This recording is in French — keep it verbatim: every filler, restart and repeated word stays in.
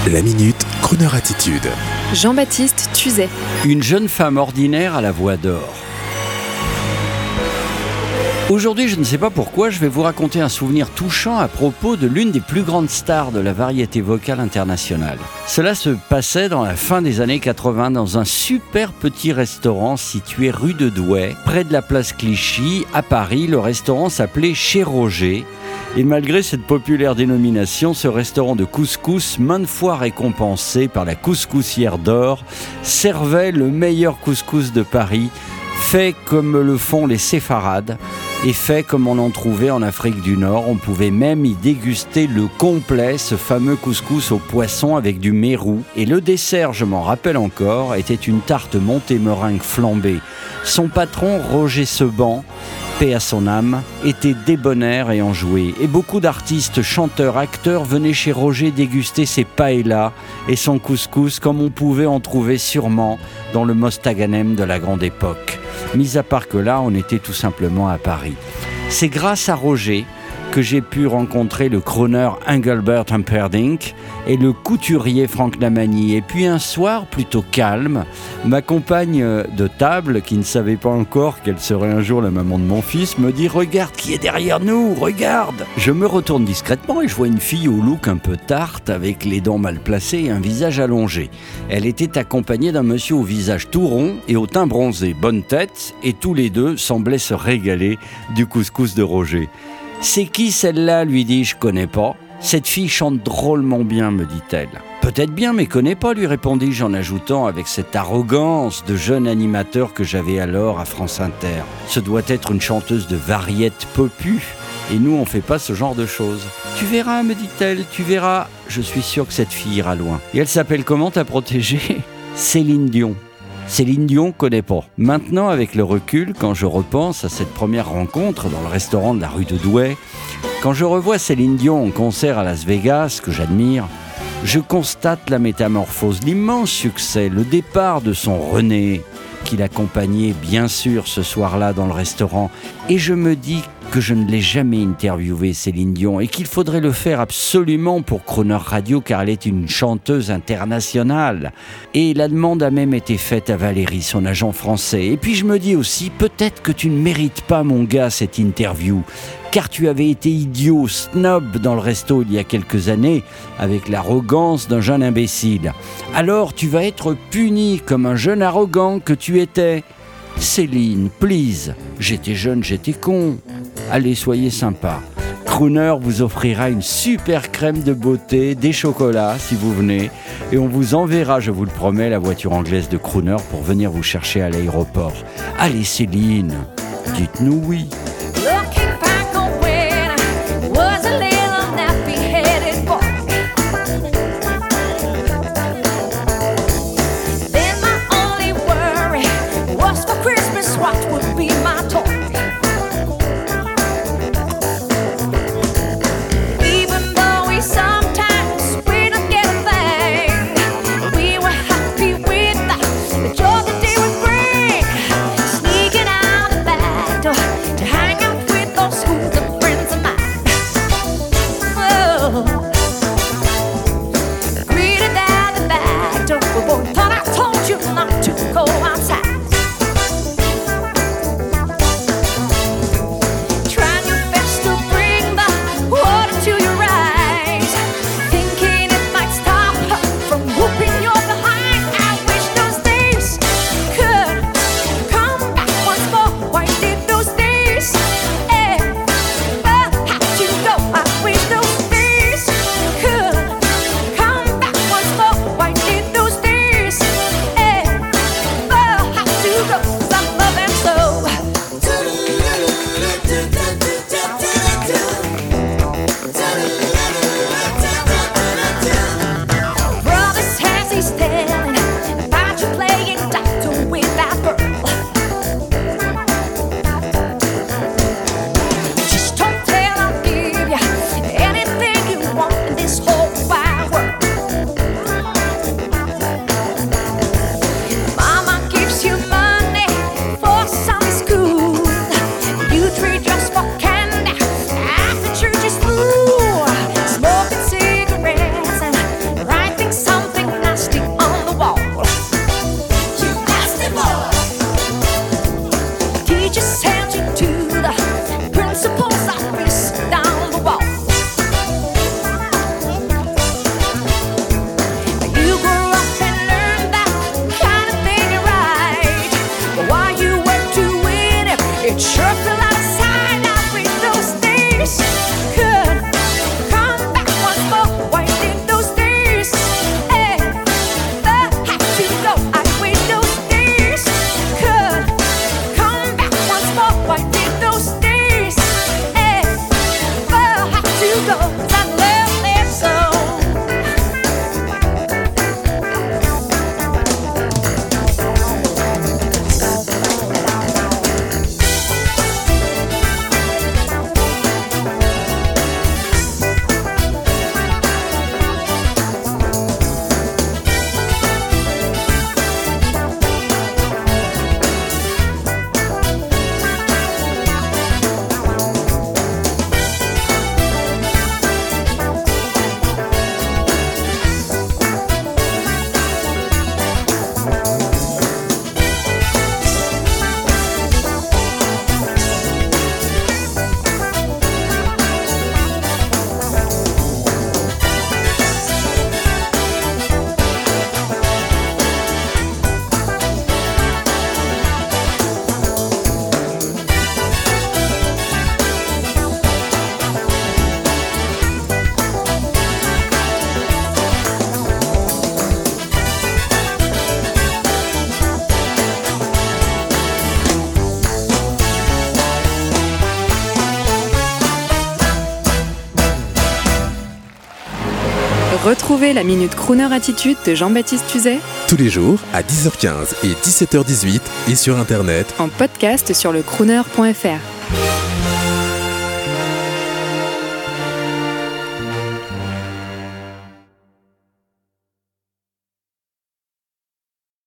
La Minute, Crooner Attitude. Jean-Baptiste Tuzet. Une jeune femme ordinaire à la voix d'or. Aujourd'hui, je ne sais pas pourquoi, je vais vous raconter un souvenir touchant à propos de l'une des plus grandes stars de la variété vocale internationale. Cela se passait dans la fin des années quatre-vingts dans un super petit restaurant situé rue de Douai, près de la place Clichy, à Paris. Le restaurant s'appelait Chez Roger. Et malgré cette populaire dénomination, ce restaurant de couscous, maintes fois récompensé par la couscoussière d'or, servait le meilleur couscous de Paris, fait comme le font les séfarades et fait comme on en trouvait en Afrique du Nord. On pouvait même y déguster le complet, ce fameux couscous au poisson avec du mérou. Et le dessert, je m'en rappelle encore, était une tarte montée meringue flambée. Son patron, Roger Seban, paix à son âme, était débonnaire et enjoué. Et beaucoup d'artistes, chanteurs, acteurs venaient chez Roger déguster ses paellas et son couscous comme on pouvait en trouver sûrement dans le Mostaganem de la grande époque. Mis à part que là, on était tout simplement à Paris. C'est grâce à Roger que j'ai pu rencontrer le crooner Engelbert Humperdinck et le couturier Franck Lamani. Et puis un soir, plutôt calme, ma compagne de table, qui ne savait pas encore qu'elle serait un jour la maman de mon fils, me dit « Regarde qui est derrière nous, regarde !» Je me retourne discrètement et je vois une fille au look un peu tarte, avec les dents mal placées et un visage allongé. Elle était accompagnée d'un monsieur au visage tout rond et au teint bronzé, bonne tête, et tous les deux semblaient se régaler du couscous de Roger. « C'est qui celle-là ?» lui dis-je. « Je connais pas. » « Cette fille chante drôlement bien, me dit-elle. »« Peut-être bien, mais connais pas, lui répondis-je en ajoutant avec cette arrogance de jeune animateur que j'avais alors à France Inter. Ce doit être une chanteuse de variette popu, et nous on fait pas ce genre de choses. Tu verras, me dit-elle, tu verras. Je suis sûr que cette fille ira loin. Et elle s'appelle comment ta protégée ? Céline Dion. Céline Dion, connais pas. Maintenant, avec le recul, quand je repense à cette première rencontre dans le restaurant de la rue de Douai, quand je revois Céline Dion en concert à Las Vegas, que j'admire, je constate la métamorphose, l'immense succès, le départ de son René, qui l'accompagnait bien sûr ce soir-là dans le restaurant. Et je me dis que je ne l'ai jamais interviewée, Céline Dion, et qu'il faudrait le faire absolument pour Crooner Radio, car elle est une chanteuse internationale. Et la demande a même été faite à Valérie, son agent français. Et puis je me dis aussi, peut-être que tu ne mérites pas, mon gars, cette interview, car tu avais été idiot, snob dans le resto il y a quelques années, avec l'arrogance d'un jeune imbécile. Alors tu vas être puni comme un jeune arrogant que tu étais. Céline, please, j'étais jeune, j'étais con. Allez, soyez sympa. Crooner vous offrira une super crème de beauté, des chocolats si vous venez, et on vous enverra, je vous le promets, la voiture anglaise de Crooner pour venir vous chercher à l'aéroport. Allez Céline, dites-nous oui. To hang principles I miss down the wall. You grow up and learn that kind of thing right, but while you were doing it, it sure felt outside. I wish those days could come back once more. Why did those days ever have to go? I wish those days could come back once more. Why did those days ever have to go? 'Cause I love them so. Retrouvez la Minute Crooner Attitude de Jean-Baptiste Tuzet Tous les jours à dix heures quinze et dix-sept heures dix-huit et sur Internet. en podcast sur le crooner point f r.